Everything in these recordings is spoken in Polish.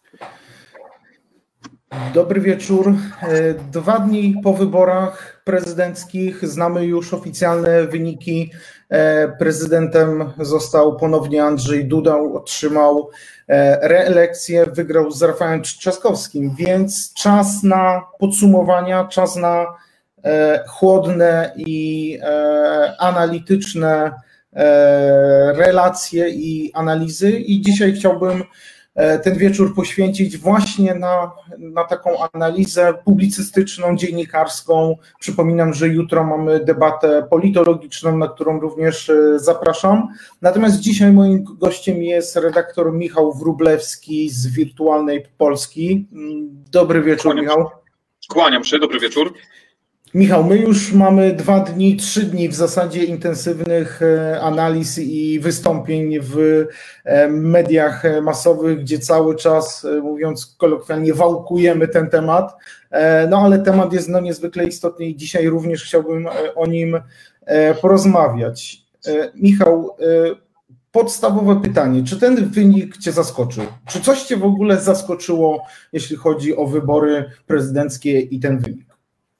Dobry wieczór. 2 dni po wyborach prezydenckich znamy już oficjalne wyniki. Prezydentem został ponownie Andrzej Duda, otrzymał reelekcję, wygrał z Rafałem Trzaskowskim, więc czas na podsumowania, czas na chłodne i analityczne relacje i analizy. I dzisiaj chciałbym ten wieczór poświęcić właśnie na taką analizę publicystyczną, dziennikarską. Przypominam, że jutro mamy debatę politologiczną, na którą również zapraszam. Natomiast dzisiaj moim gościem jest redaktor Michał Wróblewski z Wirtualnej Polski. Dobry wieczór, Michał. Kłaniam się, dobry wieczór. Michał, my już mamy 2 dni, 3 dni w zasadzie intensywnych analiz i wystąpień w mediach masowych, gdzie cały czas, mówiąc kolokwialnie, wałkujemy ten temat, no ale temat jest niezwykle istotny i dzisiaj również chciałbym o nim porozmawiać. Michał, podstawowe pytanie, czy ten wynik Cię zaskoczył? Czy coś Cię w ogóle zaskoczyło, jeśli chodzi o wybory prezydenckie i ten wynik?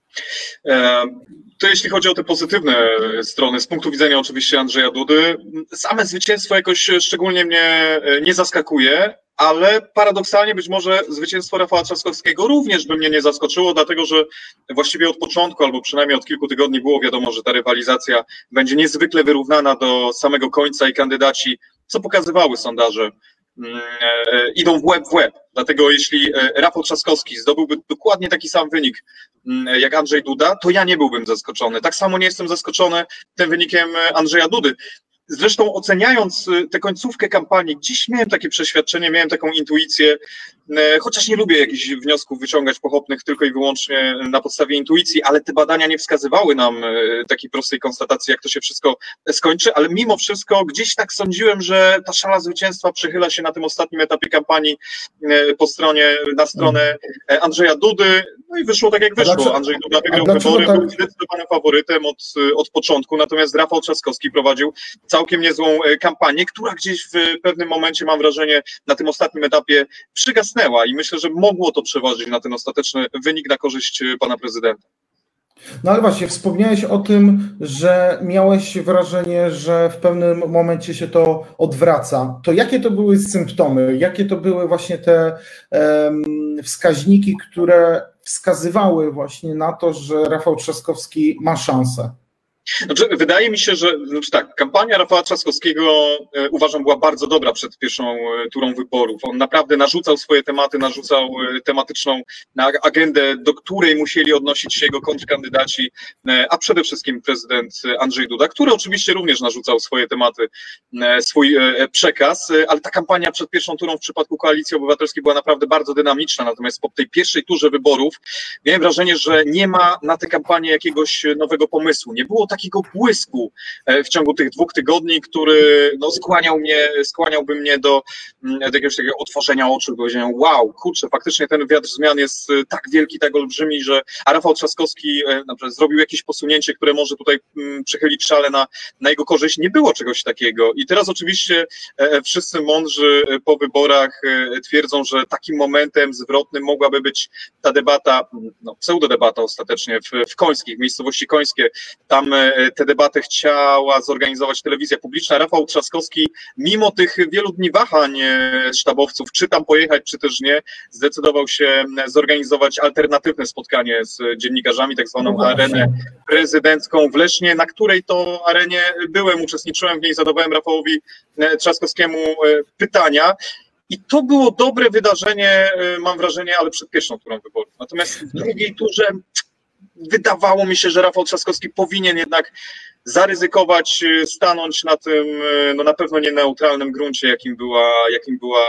To jeśli chodzi o te pozytywne strony, z punktu widzenia oczywiście Andrzeja Dudy, same zwycięstwo jakoś szczególnie mnie nie zaskakuje, ale paradoksalnie być może zwycięstwo Rafała Trzaskowskiego również by mnie nie zaskoczyło, dlatego że właściwie od początku, albo przynajmniej od kilku tygodni było wiadomo, że ta rywalizacja będzie niezwykle wyrównana do samego końca i kandydaci, co pokazywały sondaże, idą w łeb. Dlatego jeśli Rafał Trzaskowski zdobyłby dokładnie taki sam wynik jak Andrzej Duda, to ja nie byłbym zaskoczony. Tak samo nie jestem zaskoczony tym wynikiem Andrzeja Dudy. Zresztą oceniając tę końcówkę kampanii, dziś miałem takie przeświadczenie, miałem taką intuicję, chociaż nie lubię jakichś wniosków wyciągać pochopnych tylko i wyłącznie na podstawie intuicji, ale te badania nie wskazywały nam takiej prostej konstatacji, jak to się wszystko skończy, ale mimo wszystko gdzieś tak sądziłem, że ta szala zwycięstwa przychyla się na tym ostatnim etapie kampanii na stronę Andrzeja Dudy, no i wyszło tak jak wyszło. Andrzej Duda wygrał wybory, był zdecydowanym faworytem od początku, natomiast Rafał Trzaskowski prowadził całkiem niezłą kampanię, która gdzieś w pewnym momencie, mam wrażenie, na tym ostatnim etapie przygasnęła i myślę, że mogło to przeważyć na ten ostateczny wynik na korzyść pana prezydenta. No ale właśnie, wspomniałeś o tym, że miałeś wrażenie, że w pewnym momencie się to odwraca. To jakie to były symptomy? Jakie to były właśnie te wskaźniki, które wskazywały właśnie na to, że Rafał Trzaskowski ma szansę? Znaczy, wydaje mi się, że kampania Rafała Trzaskowskiego uważam była bardzo dobra przed pierwszą turą wyborów. On naprawdę narzucał swoje tematy, narzucał tematyczną agendę, do której musieli odnosić się jego kontrkandydaci, a przede wszystkim prezydent Andrzej Duda, który oczywiście również narzucał swoje tematy, swój przekaz, ale ta kampania przed pierwszą turą w przypadku Koalicji Obywatelskiej była naprawdę bardzo dynamiczna, natomiast po tej pierwszej turze wyborów miałem wrażenie, że nie ma na tę kampanię jakiegoś nowego pomysłu. Nie było takiego błysku w ciągu tych 2 tygodni, który skłaniałby mnie do jakiegoś takiego otworzenia oczu i powiedzenia: wow, kurczę, faktycznie ten wiatr zmian jest tak wielki, tak olbrzymi, a Rafał Trzaskowski zrobił jakieś posunięcie, które może tutaj przychylić szale na jego korzyść. Nie było czegoś takiego. I teraz oczywiście wszyscy mądrzy po wyborach twierdzą, że takim momentem zwrotnym mogłaby być ta debata, pseudodebata ostatecznie w Końskich, miejscowości Końskie. Tam tę debatę chciała zorganizować telewizja publiczna. Rafał Trzaskowski, mimo tych wielu dni wahań sztabowców, czy tam pojechać, czy też nie, zdecydował się zorganizować alternatywne spotkanie z dziennikarzami, tak zwaną arenę prezydencką w Lesznie, na której to arenie byłem, uczestniczyłem w niej, zadawałem Rafałowi Trzaskowskiemu pytania. I to było dobre wydarzenie, mam wrażenie, ale przed pierwszą turą wyborów. Natomiast w drugiej turze wydawało mi się, że Rafał Trzaskowski powinien jednak zaryzykować, stanąć na tym, na pewno nie neutralnym gruncie, jakim była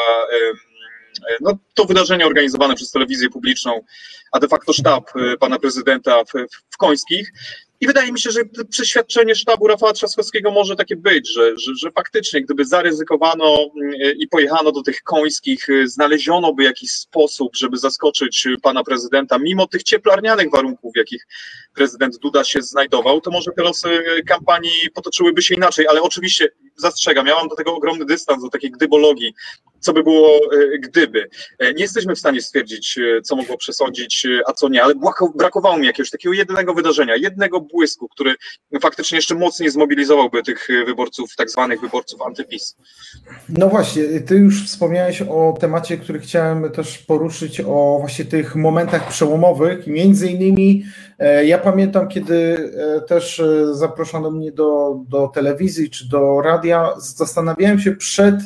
to wydarzenie organizowane przez telewizję publiczną, a de facto sztab pana prezydenta w Końskich. I wydaje mi się, że przeświadczenie sztabu Rafała Trzaskowskiego może takie być, że faktycznie gdyby zaryzykowano i pojechano do tych Końskich, znaleziono by jakiś sposób, żeby zaskoczyć pana prezydenta, mimo tych cieplarnianych warunków, w jakich prezydent Duda się znajdował, to może te losy kampanii potoczyłyby się inaczej, ale oczywiście zastrzegam, ja mam do tego ogromny dystans, do takiej gdybologii. co by było gdyby. Nie jesteśmy w stanie stwierdzić, co mogło przesądzić, a co nie, ale brakowało mi jakiegoś takiego jednego wydarzenia, jednego błysku, który faktycznie jeszcze mocniej zmobilizowałby tych wyborców, tak zwanych wyborców antyPiS. No właśnie, ty już wspomniałeś o temacie, który chciałem też poruszyć, o właśnie tych momentach przełomowych. Między innymi ja pamiętam, kiedy też zaproszono mnie do telewizji czy do radia, zastanawiałem się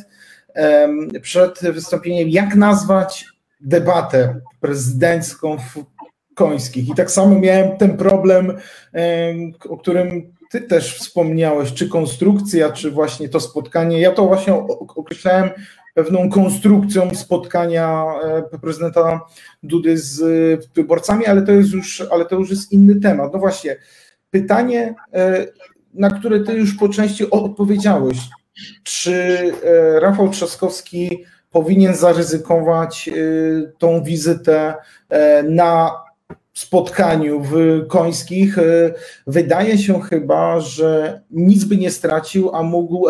przed wystąpieniem, jak nazwać debatę prezydencką w Końskich. I tak samo miałem ten problem, o którym ty też wspomniałeś, czy konstrukcja, czy właśnie to spotkanie. Ja to właśnie określałem pewną konstrukcją spotkania prezydenta Dudy z wyborcami, ale to już jest inny temat. No właśnie, pytanie, na które ty już po części odpowiedziałeś. Czy Rafał Trzaskowski powinien zaryzykować tą wizytę na spotkaniu w Końskich? Wydaje się chyba, że nic by nie stracił, a mógł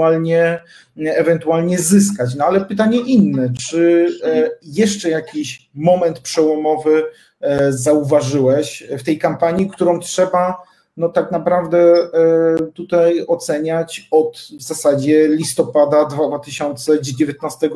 ewentualnie zyskać. No ale pytanie inne, czy jeszcze jakiś moment przełomowy zauważyłeś w tej kampanii, którą trzeba no tak naprawdę tutaj oceniać od w zasadzie listopada 2019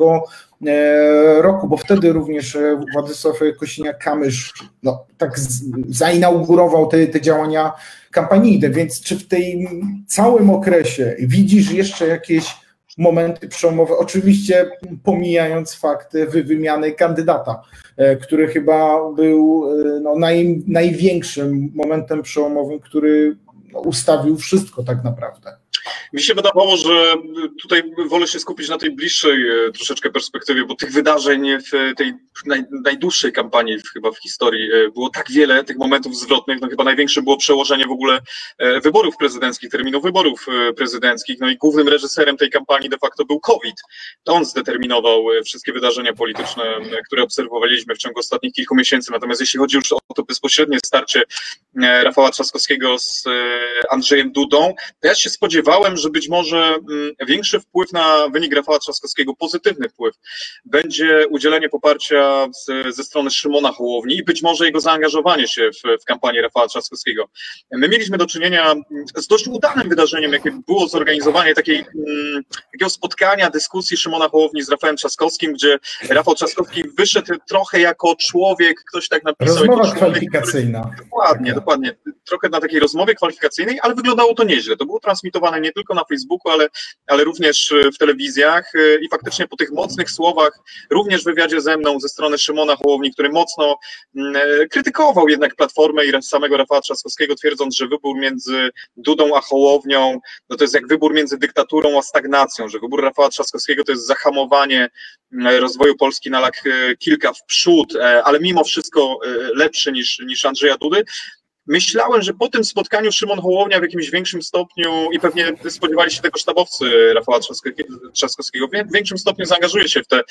roku, bo wtedy również Władysław Kosiniak-Kamysz no, tak zainaugurował te działania kampanijne, więc czy w tej całym okresie widzisz jeszcze jakieś momenty przełomowe, oczywiście pomijając fakty wymiany kandydata, który chyba był no, największym momentem przełomowym, który no, ustawił wszystko tak naprawdę. Mi się wydawało, że tutaj wolę się skupić na tej bliższej troszeczkę perspektywie, bo tych wydarzeń w tej najdłuższej kampanii chyba w historii było tak wiele, tych momentów zwrotnych. No chyba największe było przełożenie w ogóle wyborów prezydenckich, terminu wyborów prezydenckich. No i głównym reżyserem tej kampanii de facto był COVID. To on zdeterminował wszystkie wydarzenia polityczne, które obserwowaliśmy w ciągu ostatnich kilku miesięcy. Natomiast jeśli chodzi już o to bezpośrednie starcie Rafała Trzaskowskiego z Andrzejem Dudą, to ja się spodziewałem, że być może większy wpływ na wynik Rafała Trzaskowskiego, pozytywny wpływ, będzie udzielenie poparcia ze strony Szymona Hołowni i być może jego zaangażowanie się w kampanię Rafała Trzaskowskiego. My mieliśmy do czynienia z dość udanym wydarzeniem, jakie było zorganizowanie takiego spotkania, dyskusji Szymona Hołowni z Rafałem Trzaskowskim, gdzie Rafał Trzaskowski wyszedł trochę jako człowiek, ktoś tak napisał. Rozmowa kwalifikacyjna. Dokładnie. Trochę na takiej rozmowie kwalifikacyjnej, ale wyglądało to nieźle. To było transmitowane nie tylko na Facebooku, ale również w telewizjach i faktycznie po tych mocnych słowach, również w wywiadzie ze mną ze strony Szymona Hołowni, który mocno krytykował jednak Platformę i samego Rafała Trzaskowskiego, twierdząc, że wybór między Dudą a Hołownią, no to jest jak wybór między dyktaturą a stagnacją, że wybór Rafała Trzaskowskiego to jest zahamowanie rozwoju Polski na lat kilka w przód, ale mimo wszystko lepszy niż Andrzeja Dudy. Myślałem, że po tym spotkaniu Szymon Hołownia w jakimś większym stopniu i pewnie spodziewali się tego sztabowcy Rafała Trzaskowskiego, w większym stopniu zaangażuje się w tę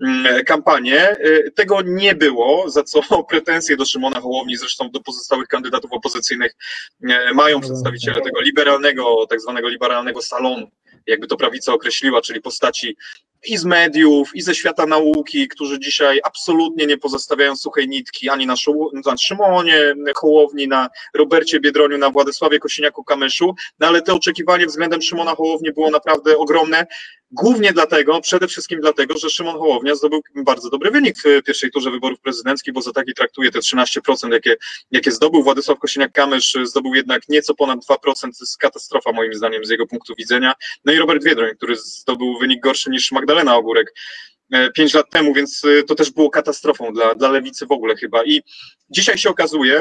kampanię. Tego nie było, za co pretensje do Szymona Hołowni, zresztą do pozostałych kandydatów opozycyjnych mają przedstawiciele tego liberalnego, tak zwanego liberalnego salonu, jakby to prawica określiła, czyli postaci i z mediów, i ze świata nauki, którzy dzisiaj absolutnie nie pozostawiają suchej nitki ani na Szymonie Hołowni, na Robercie Biedroniu, na Władysławie Kosiniaku-Kamyszu, no ale te oczekiwanie względem Szymona Hołowni było naprawdę ogromne, głównie dlatego, przede wszystkim dlatego, że Szymon Hołownia zdobył bardzo dobry wynik w pierwszej turze wyborów prezydenckich, bo za taki traktuje te 13%, jakie zdobył. Władysław Kosiniak-Kamysz zdobył jednak nieco ponad 2%, to jest katastrofa moim zdaniem z jego punktu widzenia. No i Robert Biedroń, który zdobył wynik gorszy niż Magdalena Ogórek 5 lat temu, więc to też było katastrofą dla lewicy w ogóle chyba. I dzisiaj się okazuje,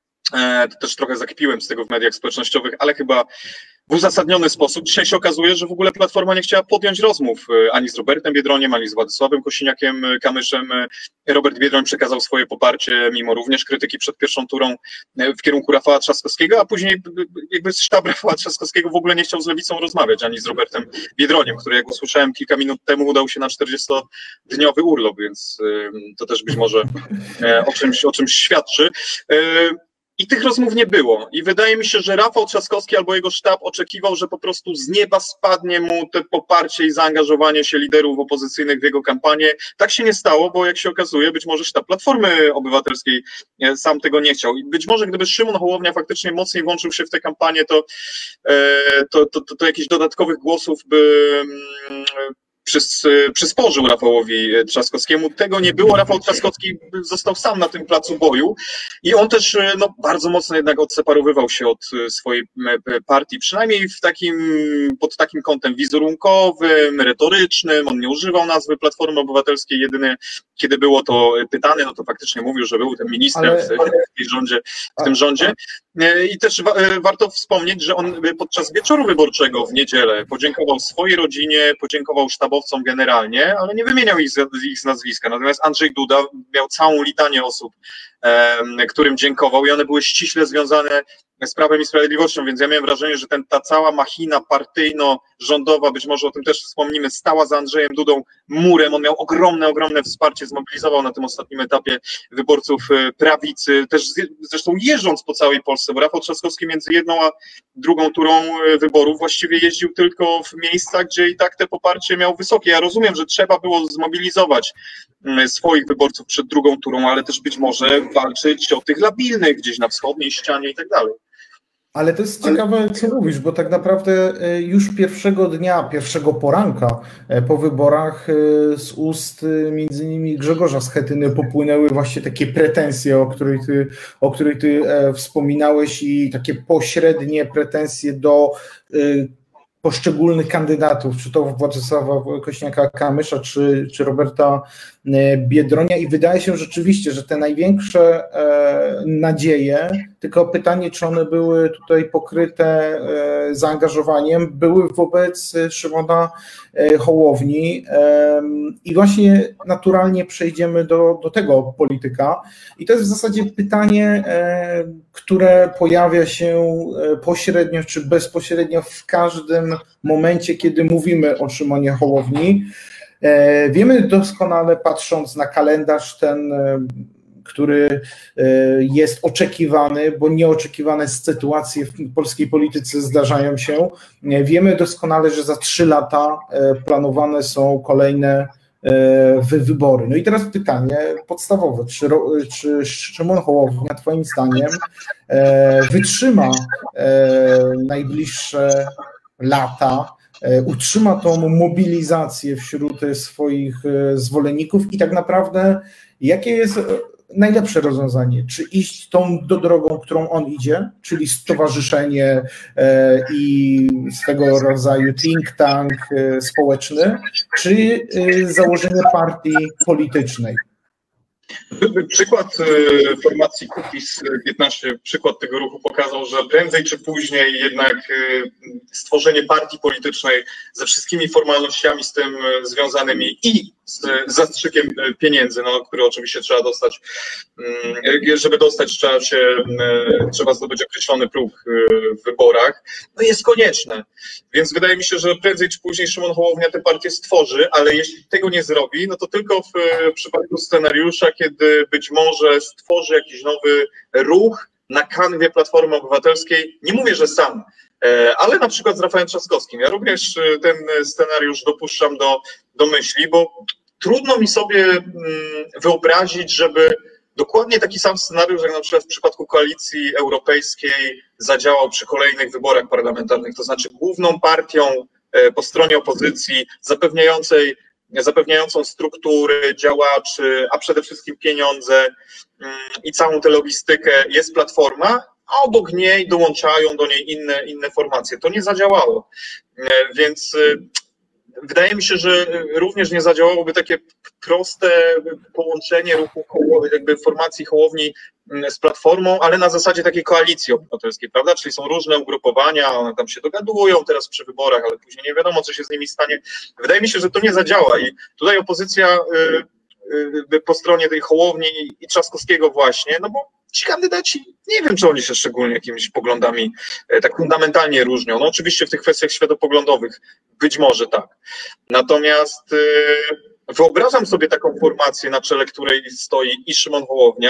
to też trochę zakpiłem z tego w mediach społecznościowych, ale chyba w uzasadniony sposób. Dzisiaj się okazuje, że w ogóle Platforma nie chciała podjąć rozmów ani z Robertem Biedroniem, ani z Władysławem Kosiniakiem-Kamyszem. Robert Biedroń przekazał swoje poparcie, mimo również krytyki przed pierwszą turą, w kierunku Rafała Trzaskowskiego, a później jakby sztab Rafała Trzaskowskiego w ogóle nie chciał z lewicą rozmawiać, ani z Robertem Biedroniem, który, jak usłyszałem kilka minut temu, udał się na 40-dniowy urlop, więc to też być może o czymś świadczy. I tych rozmów nie było. I wydaje mi się, że Rafał Trzaskowski albo jego sztab oczekiwał, że po prostu z nieba spadnie mu te poparcie i zaangażowanie się liderów opozycyjnych w jego kampanię. Tak się nie stało, bo jak się okazuje, być może sztab Platformy Obywatelskiej sam tego nie chciał. I być może gdyby Szymon Hołownia faktycznie mocniej włączył się w tę kampanię, to jakichś dodatkowych głosów by przysporzył Rafałowi Trzaskowskiemu. Tego nie było. Rafał Trzaskowski został sam na tym placu boju i on też bardzo mocno jednak odseparowywał się od swojej partii, przynajmniej pod takim kątem wizerunkowym, retorycznym. On nie używał nazwy Platformy Obywatelskiej, jedynie kiedy było to pytane, no to faktycznie mówił, że był ten ministrem w tym rządzie. I też warto wspomnieć, że on podczas wieczoru wyborczego w niedzielę podziękował swojej rodzinie, podziękował sztabowcom generalnie, ale nie wymieniał ich z nazwiska. Natomiast Andrzej Duda miał całą litanię osób, którym dziękował i one były ściśle związane z Prawem i Sprawiedliwością, więc ja miałem wrażenie, że ta cała machina partyjno-rządowa, być może o tym też wspomnimy, stała za Andrzejem Dudą murem. On miał ogromne wsparcie, zmobilizował na tym ostatnim etapie wyborców prawicy, też zresztą jeżdżąc po całej Polsce, bo Rafał Trzaskowski między jedną a drugą turą wyborów właściwie jeździł tylko w miejscach, gdzie i tak te poparcie miał wysokie. Ja rozumiem, że trzeba było zmobilizować swoich wyborców przed drugą turą, ale też być może walczyć o tych labilnych gdzieś na wschodniej ścianie i tak dalej. Ale to jest ciekawe, co mówisz, bo tak naprawdę już pierwszego dnia, pierwszego poranka po wyborach z ust między innymi Grzegorza Schetyny popłynęły właśnie takie pretensje, o których ty wspominałeś i takie pośrednie pretensje do poszczególnych kandydatów, czy to Władysława Kosiniaka-Kamysza, czy Roberta Biedronia i wydaje się rzeczywiście, że te największe nadzieje, tylko pytanie, czy one były tutaj pokryte zaangażowaniem, były wobec Szymona Hołowni i właśnie naturalnie przejdziemy do tego polityka i to jest w zasadzie pytanie, które pojawia się pośrednio czy bezpośrednio w każdym momencie, kiedy mówimy o Szymonie Hołowni. Wiemy doskonale, patrząc na kalendarz ten, który jest oczekiwany, bo nieoczekiwane sytuacje w polskiej polityce zdarzają się. Wiemy doskonale, że za 3 lata planowane są kolejne wybory. No i teraz pytanie podstawowe, czy Szymon Hołownia twoim zdaniem wytrzyma najbliższe lata, utrzyma tą mobilizację wśród swoich zwolenników i tak naprawdę jakie jest najlepsze rozwiązanie? Czy iść tą drogą, którą on idzie, czyli stowarzyszenie i swego rodzaju think tank społeczny, czy założenie partii politycznej? Przykład formacji Kukiz-15, przykład tego ruchu pokazał, że prędzej czy później jednak stworzenie partii politycznej ze wszystkimi formalnościami z tym związanymi i z zastrzykiem pieniędzy, który oczywiście trzeba dostać, żeby dostać trzeba zdobyć określony próg w wyborach, jest konieczne. Więc wydaje mi się, że prędzej czy później Szymon Hołownia tę partię stworzy, ale jeśli tego nie zrobi, to tylko w przypadku scenariusza, kiedy być może stworzy jakiś nowy ruch na kanwie Platformy Obywatelskiej. Nie mówię, że sam, ale na przykład z Rafałem Trzaskowskim. Ja również ten scenariusz dopuszczam do myśli, bo trudno mi sobie wyobrazić, żeby dokładnie taki sam scenariusz, jak na przykład w przypadku Koalicji Europejskiej zadziałał przy kolejnych wyborach parlamentarnych, to znaczy główną partią po stronie opozycji zapewniającą struktury, działaczy, a przede wszystkim pieniądze i całą tę logistykę jest Platforma, a obok niej dołączają do niej inne formacje. To nie zadziałało, więc wydaje mi się, że również nie zadziałałoby takie proste połączenie ruchu jakby formacji Hołowni z Platformą, ale na zasadzie takiej koalicji obywatelskiej, prawda? Czyli są różne ugrupowania, one tam się dogadują teraz przy wyborach, ale później nie wiadomo, co się z nimi stanie. Wydaje mi się, że to nie zadziała i tutaj opozycja po stronie tej Hołowni i Trzaskowskiego właśnie, bo ci kandydaci, nie wiem, czy oni się szczególnie jakimiś poglądami tak fundamentalnie różnią. Oczywiście w tych kwestiach światopoglądowych być może tak. Natomiast wyobrażam sobie taką formację, na czele której stoi i Szymon Hołownia,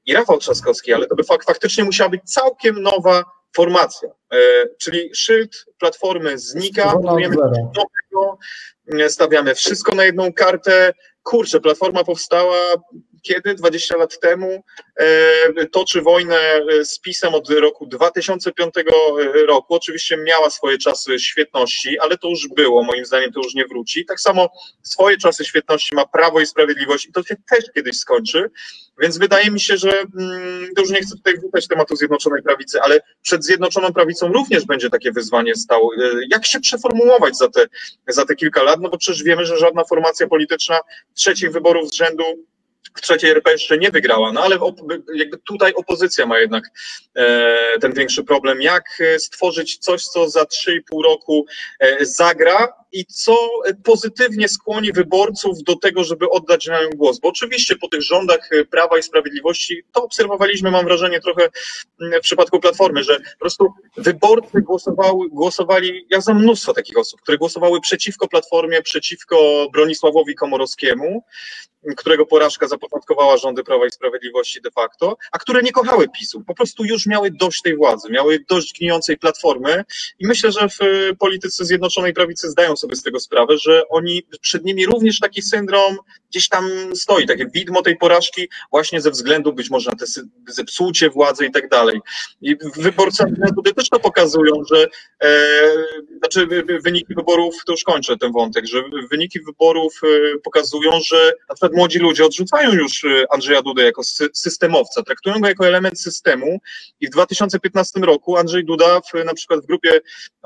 i Rafał Trzaskowski, ale to by faktycznie musiała być całkiem nowa formacja, czyli szyld Platformy znika, budujemy coś nowego, stawiamy wszystko na jedną kartę. Kurczę, Platforma powstała kiedy? 20 lat temu. Toczy wojnę z PiS-em od roku 2005 roku. Oczywiście miała swoje czasy świetności, ale to już było, moim zdaniem to już nie wróci. Tak samo swoje czasy świetności ma Prawo i Sprawiedliwość i to się też kiedyś skończy. Więc wydaje mi się, że to już nie chcę tutaj wrzucać tematu Zjednoczonej Prawicy, ale przed Zjednoczoną Prawicą również będzie takie wyzwanie stało. Jak się przeformułować za te kilka lat? No bo przecież wiemy, że żadna formacja polityczna trzecich wyborów z rzędu w trzeciej RP jeszcze nie wygrała, no ale jakby tutaj opozycja ma jednak ten większy problem, jak stworzyć coś, co za 3,5 roku zagra i co pozytywnie skłoni wyborców do tego, żeby oddać na nią głos, bo oczywiście po tych rządach Prawa i Sprawiedliwości to obserwowaliśmy, mam wrażenie, trochę w przypadku Platformy, że po prostu wyborcy głosowali, ja znam mnóstwo takich osób, które głosowały przeciwko Platformie, przeciwko Bronisławowi Komorowskiemu, którego porażka zapoczątkowała rządy Prawa i Sprawiedliwości de facto, a które nie kochały PiS-u, po prostu już miały dość tej władzy, miały dość gnijącej Platformy i myślę, że w polityce Zjednoczonej Prawicy zdają sobie z tego sprawę, że przed nimi również taki syndrom gdzieś tam stoi, takie widmo tej porażki właśnie ze względu być może na te zepsucie władzy i tak dalej. I wyborcy też to pokazują, że znaczy wyniki wyborów, to już kończę ten wątek, że wyniki wyborów pokazują, że na przykład młodzi ludzie odrzucają już Andrzeja Dudę jako systemowca, traktują go jako element systemu i w 2015 roku Andrzej Duda na przykład w grupie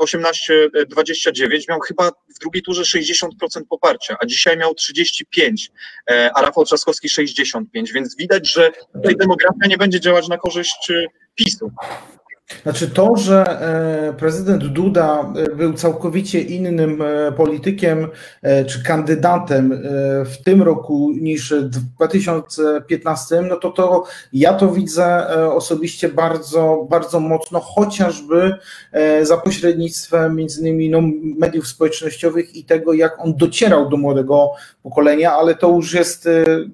18-29 miał chyba w drugiej turze 60% poparcia, a dzisiaj miał 35%, a Rafał Trzaskowski 65%, więc widać, że tutaj demografia nie będzie działać na korzyść PiS-u. Znaczy to, że prezydent Duda był całkowicie innym politykiem czy kandydatem w tym roku niż w 2015, no to ja to widzę osobiście bardzo, bardzo mocno, chociażby za pośrednictwem między innymi mediów społecznościowych i tego, jak on docierał do młodego pokolenia, ale to już jest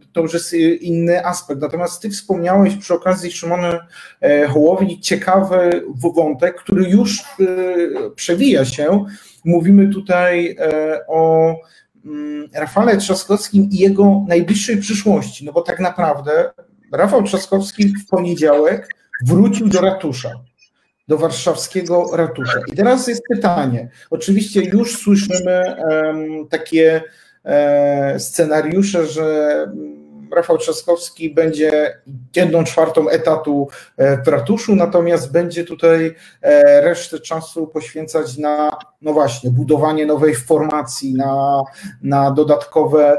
inny aspekt. Natomiast ty wspomniałeś przy okazji Szymona Hołowni ciekawy wątek, który już przewija się. Mówimy tutaj o Rafale Trzaskowskim i jego najbliższej przyszłości, no bo tak naprawdę Rafał Trzaskowski w poniedziałek wrócił do ratusza, do warszawskiego ratusza. I teraz jest pytanie, oczywiście już słyszymy takie scenariusze, że Rafał Trzaskowski będzie 1/4 etatu w ratuszu, natomiast będzie tutaj resztę czasu poświęcać na, no właśnie, budowanie nowej formacji, na dodatkowe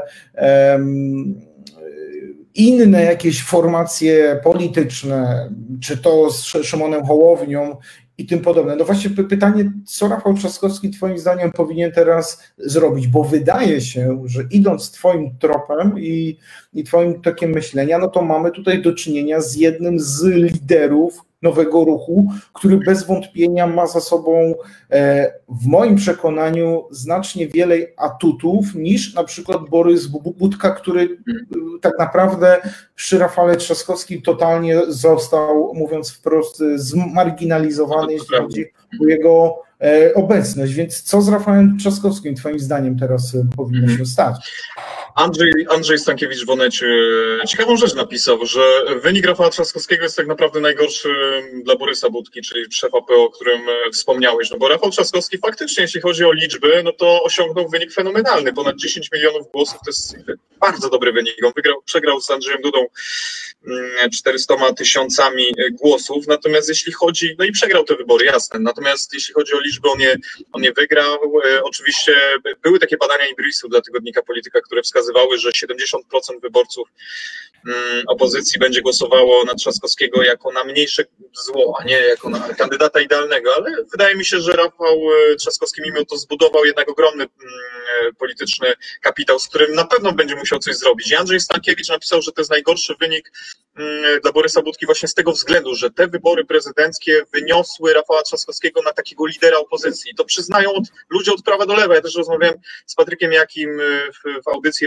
inne jakieś formacje polityczne, czy to z Szymonem Hołownią i tym podobne. No właśnie pytanie, co Rafał Trzaskowski twoim zdaniem powinien teraz zrobić, bo wydaje się, że idąc twoim tropem i twoim tokiem myślenia, no to mamy tutaj do czynienia z jednym z liderów nowego ruchu, który bez wątpienia ma za sobą w moim przekonaniu znacznie więcej atutów niż na przykład Borys Budka, który tak naprawdę przy Rafale Trzaskowskim totalnie został, mówiąc wprost, zmarginalizowany, jeśli chodzi o jego obecność. Więc co z Rafałem Trzaskowskim twoim zdaniem teraz powinno się stać? Andrzej Stankiewicz w Onecie ciekawą rzecz napisał, że wynik Rafała Trzaskowskiego jest tak naprawdę najgorszy dla Borysa Budki, czyli szefa PO, o którym wspomniałeś. No bo Rafał Trzaskowski faktycznie, jeśli chodzi o liczby, no to osiągnął wynik fenomenalny. Ponad 10 milionów głosów to jest bardzo dobry wynik. On przegrał z Andrzejem Dudą 400 000 głosów, natomiast jeśli chodzi, no i przegrał te wybory, jasne, natomiast jeśli chodzi o liczby, on nie wygrał. Oczywiście były takie badania Ibrisu dla tygodnika Polityka, które wskazywały, że 70% wyborców opozycji będzie głosowało na Trzaskowskiego jako na mniejsze zło, a nie jako na kandydata idealnego, ale wydaje mi się, że Rafał Trzaskowski mimo to zbudował jednak ogromny polityczny kapitał, z którym na pewno będzie musiał coś zrobić. I Andrzej Stankiewicz napisał, że to jest najgorszy wynik dla Borysa Budki właśnie z tego względu, że te wybory prezydenckie wyniosły Rafała Trzaskowskiego na takiego lidera opozycji. To przyznają ludzie od prawa do lewa. Ja też rozmawiałem z Patrykiem Jakim w audycji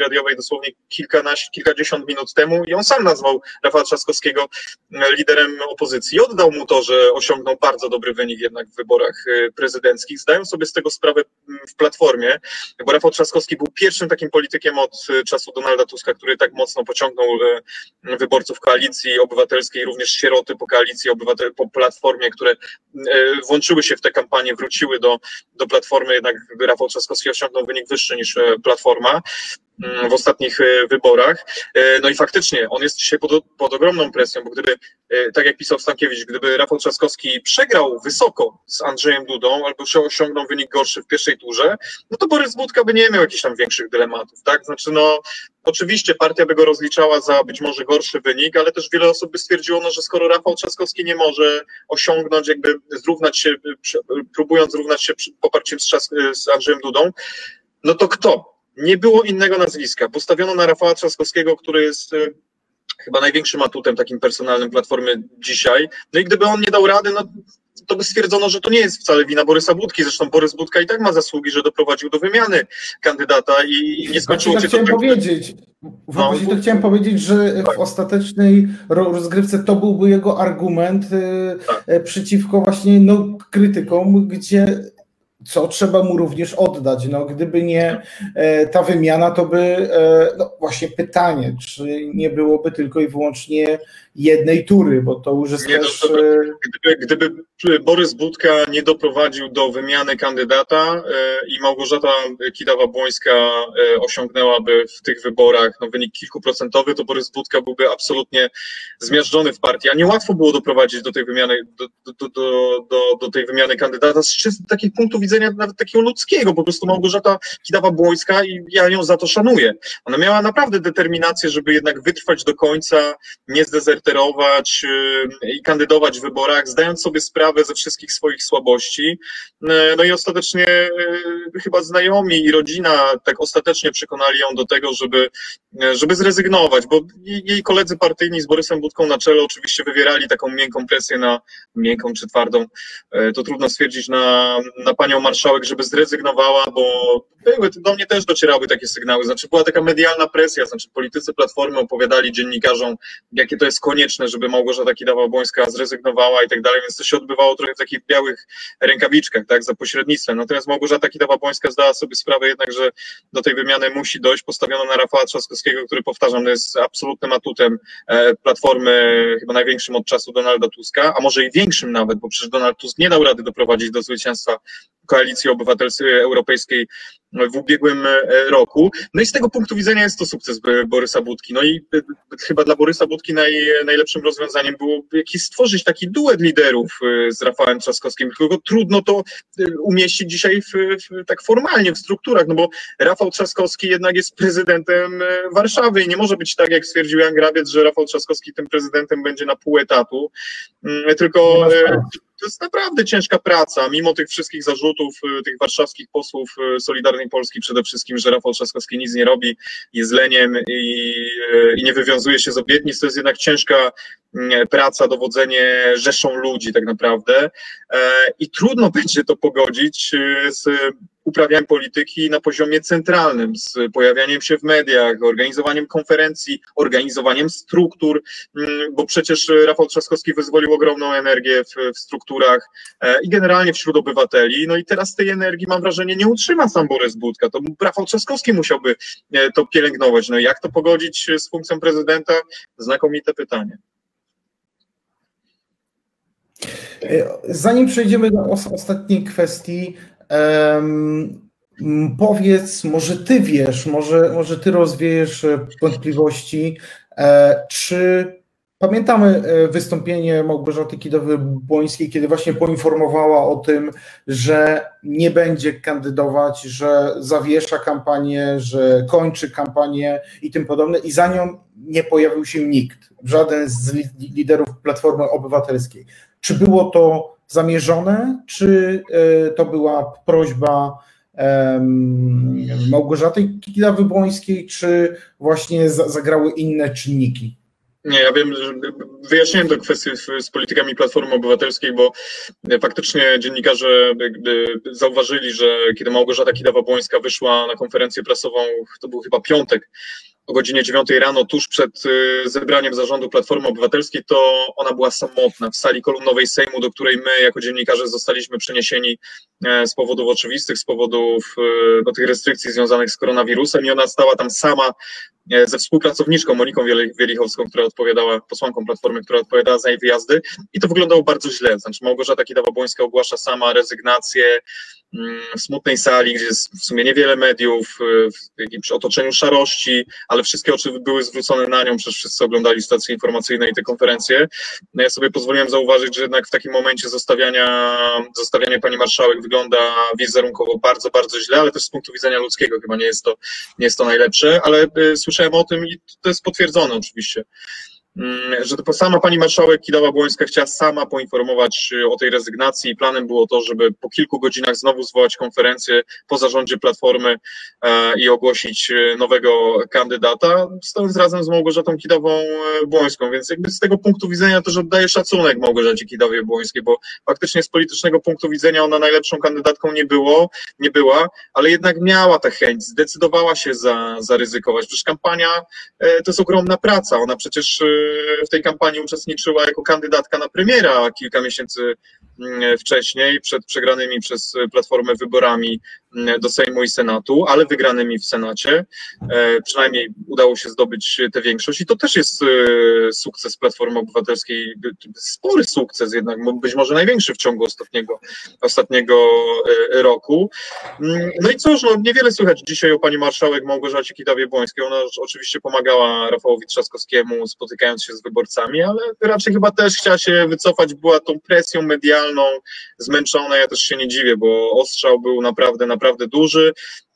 radiowej dosłownie kilkadziesiąt minut temu i on sam nazwał Rafała Trzaskowskiego liderem opozycji. Oddał mu to, że osiągnął bardzo dobry wynik jednak w wyborach prezydenckich. Zdają sobie z tego sprawę w Platformie, bo Rafał Trzaskowski był pierwszym takim politykiem od czasu Donalda Tuska, który tak mocno pociągnął wyborców Koalicji Obywatelskiej, również sieroty po Koalicji Obywatelskiej, po Platformie, które włączyły się w tę kampanię, wróciły do Platformy, jednak Rafał Trzaskowski osiągnął wynik wyższy niż Platforma w ostatnich wyborach. No i faktycznie on jest dzisiaj pod ogromną presją, bo gdyby, tak jak pisał Stankiewicz, gdyby Rafał Trzaskowski przegrał wysoko z Andrzejem Dudą albo osiągnął wynik gorszy w pierwszej turze, no to Borys Budka by nie miał jakichś tam większych dylematów, tak? Znaczy no oczywiście partia by go rozliczała za być może gorszy wynik, ale też wiele osób by stwierdziło, no, że skoro Rafał Trzaskowski nie może osiągnąć, jakby zrównać się, próbując zrównać się poparciem z Andrzejem Dudą, no to kto? Nie było innego nazwiska. Postawiono na Rafała Trzaskowskiego, który jest chyba największym atutem takim personalnym Platformy dzisiaj. No i gdyby on nie dał rady, no to by stwierdzono, że to nie jest wcale wina Borysa Budki. Zresztą Borys Budka i tak ma zasługi, że doprowadził do wymiany kandydata i nie skończyło się to. Chciałem powiedzieć, że w ostatecznej rozgrywce to byłby jego argument przeciwko właśnie krytykom, gdzie co trzeba mu również oddać. No, gdyby nie ta wymiana, to by właśnie pytanie, czy nie byłoby tylko i wyłącznie jednej tury, bo to już jest też... Gdyby Borys Budka nie doprowadził do wymiany kandydata i Małgorzata Kidawa-Błońska osiągnęłaby w tych wyborach wynik kilkuprocentowy, to Borys Budka byłby absolutnie zmiażdżony w partii, a niełatwo było doprowadzić do tej wymiany, do tej wymiany kandydata z takich punktów widzenia nawet takiego ludzkiego. Po prostu Małgorzata Kidawa-Błońska, i ja ją za to szanuję, ona miała naprawdę determinację, żeby jednak wytrwać do końca, nie zdezerterować i kandydować w wyborach, zdając sobie sprawę ze wszystkich swoich słabości. No i ostatecznie chyba znajomi i rodzina tak ostatecznie przekonali ją do tego, żeby zrezygnować, bo jej koledzy partyjni z Borysem Budką na czele oczywiście wywierali taką miękką presję miękką czy twardą, to trudno stwierdzić, na panią marszałek, żeby zrezygnowała, bo do mnie też docierały takie sygnały, znaczy była taka medialna presja, znaczy politycy Platformy opowiadali dziennikarzom, jakie to jest konieczne, żeby Małgorzata Kidawa-Błońska zrezygnowała i tak dalej, więc to się odbywało trochę w takich białych rękawiczkach, tak, za pośrednictwem. Natomiast Małgorzata Kidawa-Błońska zdała sobie sprawę jednak, że do tej wymiany musi dojść. Postawiono na Rafała Trzaskowskiego, który, powtarzam, jest absolutnym atutem Platformy, chyba największym od czasu Donalda Tuska, a może i większym nawet, bo przecież Donald Tusk nie dał rady doprowadzić do zwycięstwa Koalicji Obywatelskiej Europejskiej w ubiegłym roku. No i z tego punktu widzenia jest to sukces Borysa Budki. No i chyba dla Borysa Budki najlepszym rozwiązaniem było stworzyć taki duet liderów z Rafałem Trzaskowskim, tylko trudno to umieścić dzisiaj tak formalnie w strukturach, no bo Rafał Trzaskowski jednak jest prezydentem Warszawy i nie może być tak, jak stwierdził Jan Grabiec, że Rafał Trzaskowski tym prezydentem będzie na pół etatu, tylko to jest naprawdę ciężka praca, mimo tych wszystkich zarzutów tych warszawskich posłów Solidarnej Polski przede wszystkim, że Rafał Trzaskowski nic nie robi, jest leniem i nie wywiązuje się z obietnic. To jest jednak ciężka praca, dowodzenie rzeszą ludzi tak naprawdę i trudno będzie to pogodzić z uprawianiem polityki na poziomie centralnym, z pojawianiem się w mediach, organizowaniem konferencji, organizowaniem struktur, bo przecież Rafał Trzaskowski wyzwolił ogromną energię w strukturach i generalnie wśród obywateli. No i teraz tej energii, mam wrażenie, nie utrzyma sam Borys Budka. To Rafał Trzaskowski musiałby to pielęgnować. No i jak to pogodzić z funkcją prezydenta? Znakomite pytanie. Zanim przejdziemy do ostatniej kwestii, powiedz, może ty wiesz, może ty rozwiejesz wątpliwości, czy pamiętamy wystąpienie Małgorzaty Kidawy-Błońskiej, kiedy właśnie poinformowała o tym, że nie będzie kandydować, że zawiesza kampanię, że kończy kampanię i tym podobne, i za nią nie pojawił się nikt, żaden z liderów Platformy Obywatelskiej. Czy było to zamierzone, czy to była prośba Małgorzaty Kidawy-Błońskiej, czy właśnie zagrały inne czynniki? Nie, ja wiem, że wyjaśniłem tę kwestię z politykami Platformy Obywatelskiej, bo faktycznie dziennikarze zauważyli, że kiedy Małgorzata Kidawa-Błońska wyszła na konferencję prasową, to był chyba piątek, o godzinie 9 rano, tuż przed zebraniem zarządu Platformy Obywatelskiej, to ona była samotna w sali kolumnowej Sejmu, do której my jako dziennikarze zostaliśmy przeniesieni z powodów oczywistych, z powodów tych restrykcji związanych z koronawirusem, i ona stała tam sama ze współpracowniczką Moniką Wielichowską, która odpowiadała, posłanką Platformy, która odpowiadała za jej wyjazdy, i to wyglądało bardzo źle. Znaczy Małgorzata Kidawa-Błońska ogłasza sama rezygnację w smutnej sali, gdzie jest w sumie niewiele mediów, w jakimś otoczeniu szarości, ale wszystkie oczy były zwrócone na nią, przecież wszyscy oglądali stacje informacyjne i te konferencje. No ja sobie pozwoliłem zauważyć, że jednak w takim momencie zostawianie pani marszałek wygląda wizerunkowo bardzo, bardzo źle, ale też z punktu widzenia ludzkiego chyba nie jest to najlepsze, ale słyszałem o tym i to jest potwierdzone oczywiście, że to sama pani marszałek Kidawa-Błońska chciała sama poinformować o tej rezygnacji i planem było to, żeby po kilku godzinach znowu zwołać konferencję po zarządzie Platformy i ogłosić nowego kandydata, stojąc razem z Małgorzatą Kidawą-Błońską, więc jakby z tego punktu widzenia też oddaję szacunek Małgorzacie Kidawie-Błońskiej, bo faktycznie z politycznego punktu widzenia ona najlepszą kandydatką nie była, ale jednak miała tę chęć, zdecydowała się zaryzykować. Przecież kampania to jest ogromna praca, ona przecież w tej kampanii uczestniczyła jako kandydatka na premiera kilka miesięcy wcześniej, przed przegranymi przez Platformę wyborami do Sejmu i Senatu, ale wygranymi w Senacie. Przynajmniej udało się zdobyć tę większość i to też jest sukces Platformy Obywatelskiej, spory sukces jednak, być może największy w ciągu ostatniego roku. No i cóż, no niewiele słychać dzisiaj o pani marszałek Małgorzacie Kidawie-Błońskiej. Ona oczywiście pomagała Rafałowi Trzaskowskiemu, spotykając się z wyborcami, ale raczej chyba też chciała się wycofać, była tą presją medialną zmęczona. Ja też się nie dziwię, bo ostrzał był naprawdę duży.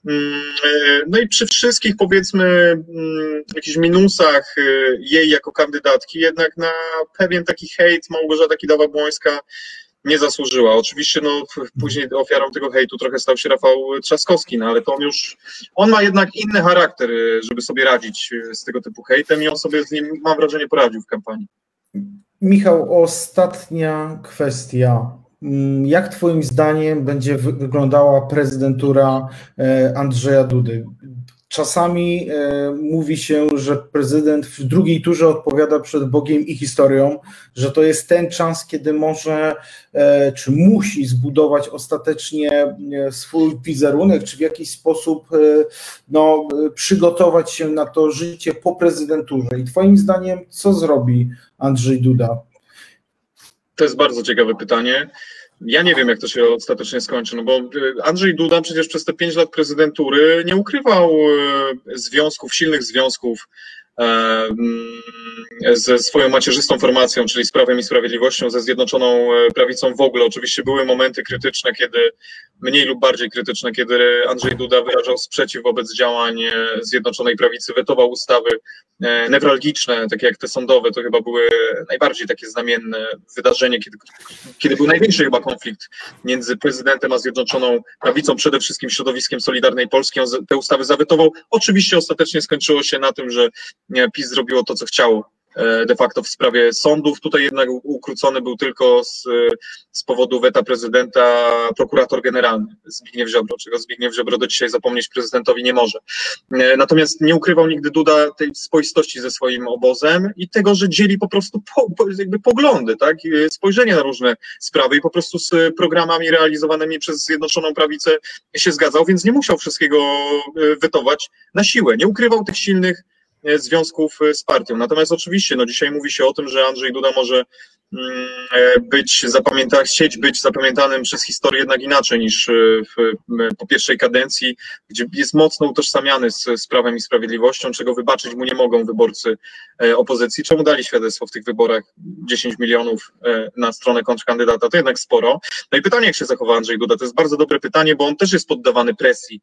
No i przy wszystkich, powiedzmy, jakichś minusach jej jako kandydatki, jednak na pewien taki hejt Małgorzata Kidawa-Błońska nie zasłużyła. Oczywiście no, później ofiarą tego hejtu trochę stał się Rafał Trzaskowski, no ale to on ma jednak inny charakter, żeby sobie radzić z tego typu hejtem i on sobie z nim, mam wrażenie, poradził w kampanii. Michał, ostatnia kwestia. Jak twoim zdaniem będzie wyglądała prezydentura Andrzeja Dudy? Czasami mówi się, że prezydent w drugiej turze odpowiada przed Bogiem i historią, że to jest ten czas, kiedy może czy musi zbudować ostatecznie swój wizerunek, czy w jakiś sposób przygotować się na to życie po prezydenturze. I twoim zdaniem co zrobi Andrzej Duda? To jest bardzo ciekawe pytanie. Ja nie wiem, jak to się ostatecznie skończy, no bo Andrzej Duda przecież przez te 5 lat prezydentury nie ukrywał silnych związków ze swoją macierzystą formacją, czyli z Prawem i Sprawiedliwością, ze Zjednoczoną Prawicą w ogóle. Oczywiście były momenty krytyczne, mniej lub bardziej krytyczne, kiedy Andrzej Duda wyrażał sprzeciw wobec działań Zjednoczonej Prawicy, wetował ustawy newralgiczne, takie jak te sądowe, to chyba były najbardziej takie znamienne wydarzenie, kiedy był największy chyba konflikt między prezydentem a Zjednoczoną Prawicą, przede wszystkim środowiskiem Solidarnej Polski. On te ustawy zawetował. Oczywiście ostatecznie skończyło się na tym, że PiS zrobiło to, co chciało de facto w sprawie sądów. Tutaj jednak ukrócony był tylko z powodu weta prezydenta prokurator generalny Zbigniew Ziobro, czego Zbigniew Ziobro do dzisiaj zapomnieć prezydentowi nie może. Natomiast nie ukrywał nigdy Duda tej spoistości ze swoim obozem i tego, że dzieli po prostu jakby poglądy, tak? Spojrzenie na różne sprawy i po prostu z programami realizowanymi przez Zjednoczoną Prawicę się zgadzał, więc nie musiał wszystkiego wetować na siłę. Nie ukrywał tych silnych związków z partią. Natomiast oczywiście dzisiaj mówi się o tym, że Andrzej Duda może chcieć być zapamiętanym przez historię jednak inaczej niż po pierwszej kadencji, gdzie jest mocno utożsamiany z Prawem i Sprawiedliwością, czego wybaczyć mu nie mogą wyborcy opozycji. Czemu dali świadectwo w tych wyborach 10 milionów na stronę kontrkandydata? To jednak sporo. No i pytanie, jak się zachowa Andrzej Duda, to jest bardzo dobre pytanie, bo on też jest poddawany presji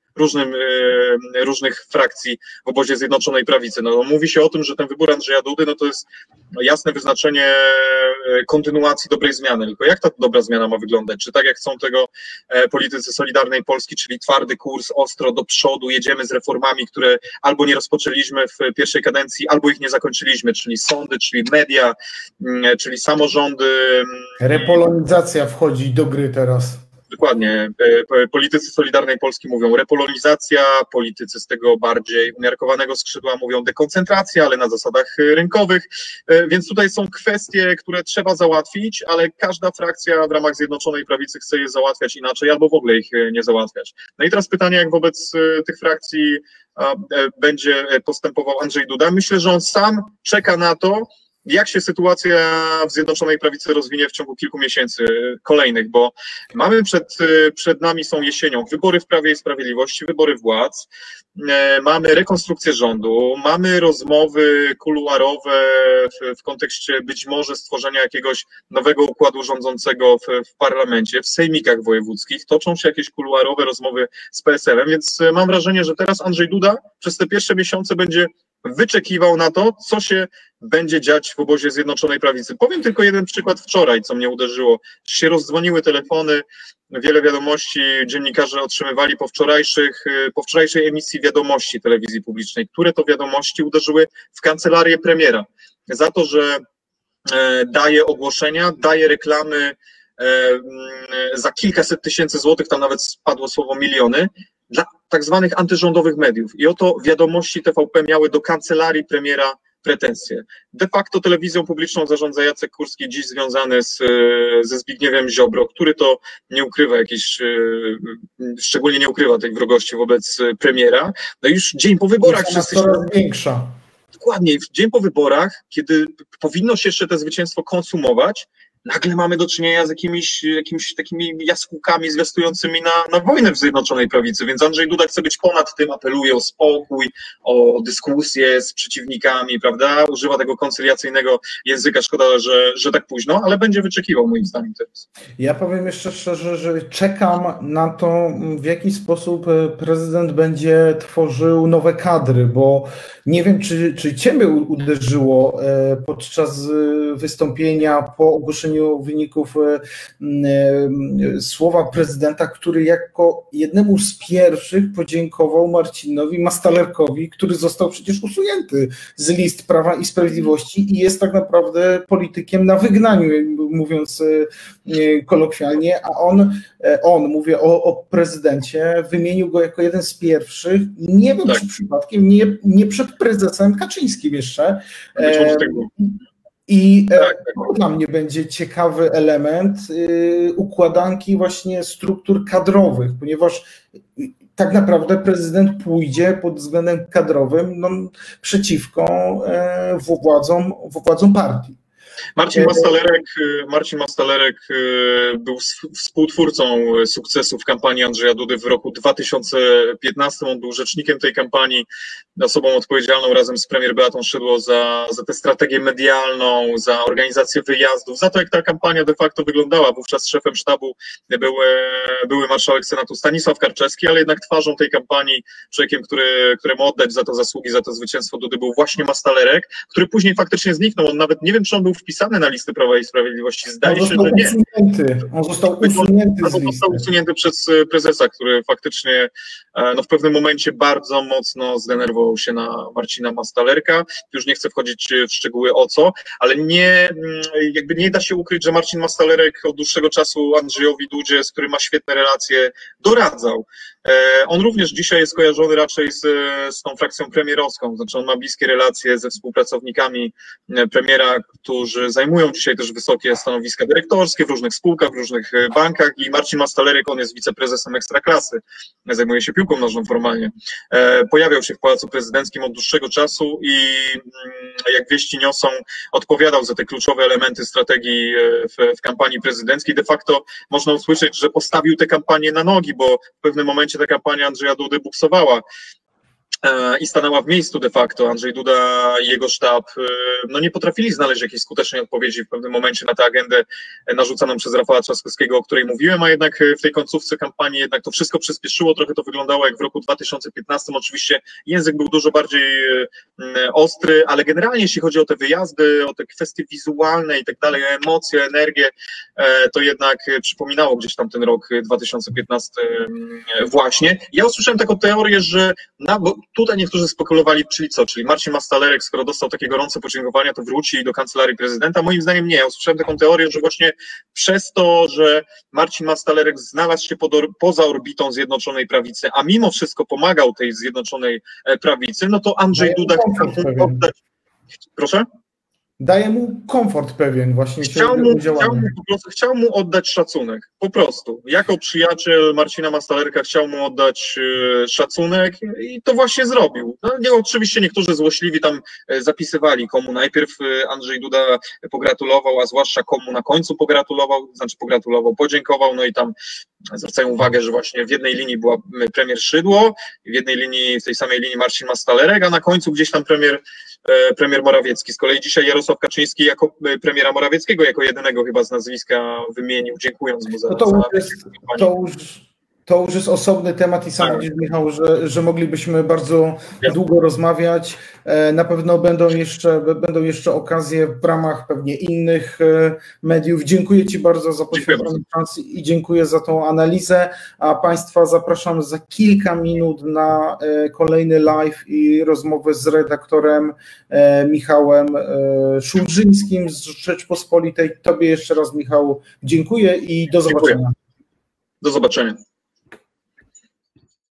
różnych frakcji w obozie Zjednoczonej Prawicy. No, mówi się o tym, że ten wybór Andrzeja Dudy to jest jasne wyznaczenie kontynuacji dobrej zmiany. Tylko jak ta dobra zmiana ma wyglądać? Czy tak jak chcą tego politycy Solidarnej Polski, czyli twardy kurs, ostro do przodu, jedziemy z reformami, które albo nie rozpoczęliśmy w pierwszej kadencji, albo ich nie zakończyliśmy, czyli sądy, czyli media, czyli samorządy. Repolonizacja wchodzi do gry teraz. Dokładnie. Politycy Solidarnej Polski mówią repolonizacja, politycy z tego bardziej umiarkowanego skrzydła mówią dekoncentracja, ale na zasadach rynkowych, więc tutaj są kwestie, które trzeba załatwić, ale każda frakcja w ramach Zjednoczonej Prawicy chce je załatwiać inaczej albo w ogóle ich nie załatwiać. No i teraz pytanie, jak wobec tych frakcji będzie postępował Andrzej Duda. Myślę, że on sam czeka na to, jak się sytuacja w Zjednoczonej Prawicy rozwinie w ciągu kilku miesięcy kolejnych, bo mamy przed nami są jesienią wybory w Prawie i Sprawiedliwości, wybory władz, mamy rekonstrukcję rządu, mamy rozmowy kuluarowe w kontekście być może stworzenia jakiegoś nowego układu rządzącego w parlamencie, w sejmikach wojewódzkich, toczą się jakieś kuluarowe rozmowy z PSL-em, więc mam wrażenie, że teraz Andrzej Duda przez te pierwsze miesiące będzie wyczekiwał na to, co się będzie dziać w obozie Zjednoczonej Prawicy. Powiem tylko jeden przykład wczoraj, co mnie uderzyło. Się rozdzwoniły telefony, wiele wiadomości dziennikarze otrzymywali po wczorajszej emisji wiadomości telewizji publicznej, które to wiadomości uderzyły w kancelarię premiera za to, że daje ogłoszenia, daje reklamy za kilkaset tysięcy złotych, tam nawet spadło słowo miliony, dla tak zwanych antyrządowych mediów. I oto wiadomości TVP miały do kancelarii premiera pretensje. De facto telewizją publiczną zarządza Jacek Kurski, dziś związany ze Zbigniewem Ziobro, który to nie ukrywa szczególnie nie ukrywa tej wrogości wobec premiera. No i już dzień po wyborach wszyscy się... coraz większa. Dokładnie, w dzień po wyborach, kiedy powinno się jeszcze te zwycięstwo konsumować, nagle mamy do czynienia z jakimiś takimi jaskółkami zwiastującymi na wojnę w Zjednoczonej Prawicy, więc Andrzej Duda chce być ponad tym, apeluje o spokój, o dyskusję z przeciwnikami, prawda? Używa tego koncyliacyjnego języka, szkoda, że tak późno, ale będzie wyczekiwał moim zdaniem teraz. Ja powiem jeszcze szczerze, że czekam na to, w jaki sposób prezydent będzie tworzył nowe kadry, bo nie wiem, czy ciebie uderzyło podczas wystąpienia po ogłoszeniu wyników słowa prezydenta, który jako jednemu z pierwszych podziękował Marcinowi Mastalerkowi, który został przecież usunięty z list Prawa i Sprawiedliwości i jest tak naprawdę politykiem na wygnaniu, mówiąc kolokwialnie, a on mówię o prezydencie, wymienił go jako jeden z pierwszych, nie wiem, czy przypadkiem nie przed prezesem Kaczyńskim jeszcze. I to dla mnie będzie ciekawy element układanki właśnie struktur kadrowych, ponieważ tak naprawdę prezydent pójdzie pod względem kadrowym przeciwko władzom partii. Marcin Mastalerek był współtwórcą sukcesu w kampanii Andrzeja Dudy w roku 2015. On był rzecznikiem tej kampanii, osobą odpowiedzialną razem z premier Beatą Szydło za tę strategię medialną, za organizację wyjazdów, za to, jak ta kampania de facto wyglądała. Wówczas szefem sztabu były marszałek Senatu Stanisław Karczewski, ale jednak twarzą tej kampanii, człowiekiem, któremu oddać za to zasługi, za to zwycięstwo Dudy, był właśnie Mastalerek, który później faktycznie zniknął. On nawet, nie wiem, czy on był wpisany na listy Prawa i Sprawiedliwości. Zdaje się, że nie. On został usunięty z listy. Został usunięty przez prezesa, który faktycznie w pewnym momencie bardzo mocno zdenerwował się na Marcina Mastalerka. Już nie chcę wchodzić w szczegóły o co, ale nie da się ukryć, że Marcin Mastalerek od dłuższego czasu Andrzejowi Dudzie, z którym ma świetne relacje, doradzał. On również dzisiaj jest kojarzony raczej z tą frakcją premierowską, znaczy on ma bliskie relacje ze współpracownikami premiera, którzy zajmują dzisiaj też wysokie stanowiska dyrektorskie w różnych spółkach, w różnych bankach i Marcin Mastalerek, on jest wiceprezesem Ekstraklasy, zajmuje się piłką nożną formalnie. Pojawiał się w Pałacu Prezydenckim od dłuższego czasu i jak wieści niosą, odpowiadał za te kluczowe elementy strategii w kampanii prezydenckiej. De facto można usłyszeć, że postawił tę kampanię na nogi, bo w pewnym momencie ta kampania Andrzeja Dudy buksowała. i stanęła w miejscu de facto. Andrzej Duda i jego sztab no nie potrafili znaleźć jakiejś skutecznej odpowiedzi w pewnym momencie na tę agendę narzucaną przez Rafała Trzaskowskiego, o której mówiłem, a jednak w tej końcówce kampanii jednak to wszystko przyspieszyło, trochę to wyglądało jak w roku 2015, oczywiście język był dużo bardziej ostry, ale generalnie jeśli chodzi o te wyjazdy, o te kwestie wizualne i tak dalej, emocje, energię, to jednak przypominało gdzieś tam ten rok 2015 właśnie. Ja usłyszałem taką teorię, że bo tutaj niektórzy spekulowali, czyli co, czyli Marcin Mastalerek, skoro dostał takie gorące podziękowania, to wróci do kancelarii prezydenta. Moim zdaniem nie. Ja usłyszałem taką teorię, że właśnie przez to, że Marcin Mastalerek znalazł się poza orbitą Zjednoczonej Prawicy, a mimo wszystko pomagał tej Zjednoczonej Prawicy, no to Andrzej Duda chciał oddać... Proszę? Daje mu komfort pewien właśnie. Chciał mu oddać szacunek, po prostu. Jako przyjaciel Marcina Mastalerka chciał mu oddać szacunek i to właśnie zrobił. No, oczywiście niektórzy złośliwi tam zapisywali, komu najpierw Andrzej Duda pogratulował, a zwłaszcza komu na końcu podziękował, no i tam zwracają uwagę, że właśnie w jednej linii była premier Szydło, w tej samej linii Marcin Mastalerek, a na końcu gdzieś tam premier Morawiecki. Z kolei dzisiaj Jarosław Kaczyński jako premiera Morawieckiego, jako jedynego chyba z nazwiska wymienił, dziękując mu za... To już jest osobny temat i sam widzisz, Michał, że moglibyśmy bardzo długo rozmawiać. Na pewno będą jeszcze okazje w ramach pewnie innych mediów. Dziękuję Ci bardzo za poświęcony czas i dziękuję za tą analizę, a Państwa zapraszam za kilka minut na kolejny live i rozmowę z redaktorem Michałem Szulżyńskim z Rzeczpospolitej. Tobie jeszcze raz, Michał, dziękuję i do zobaczenia. Do zobaczenia.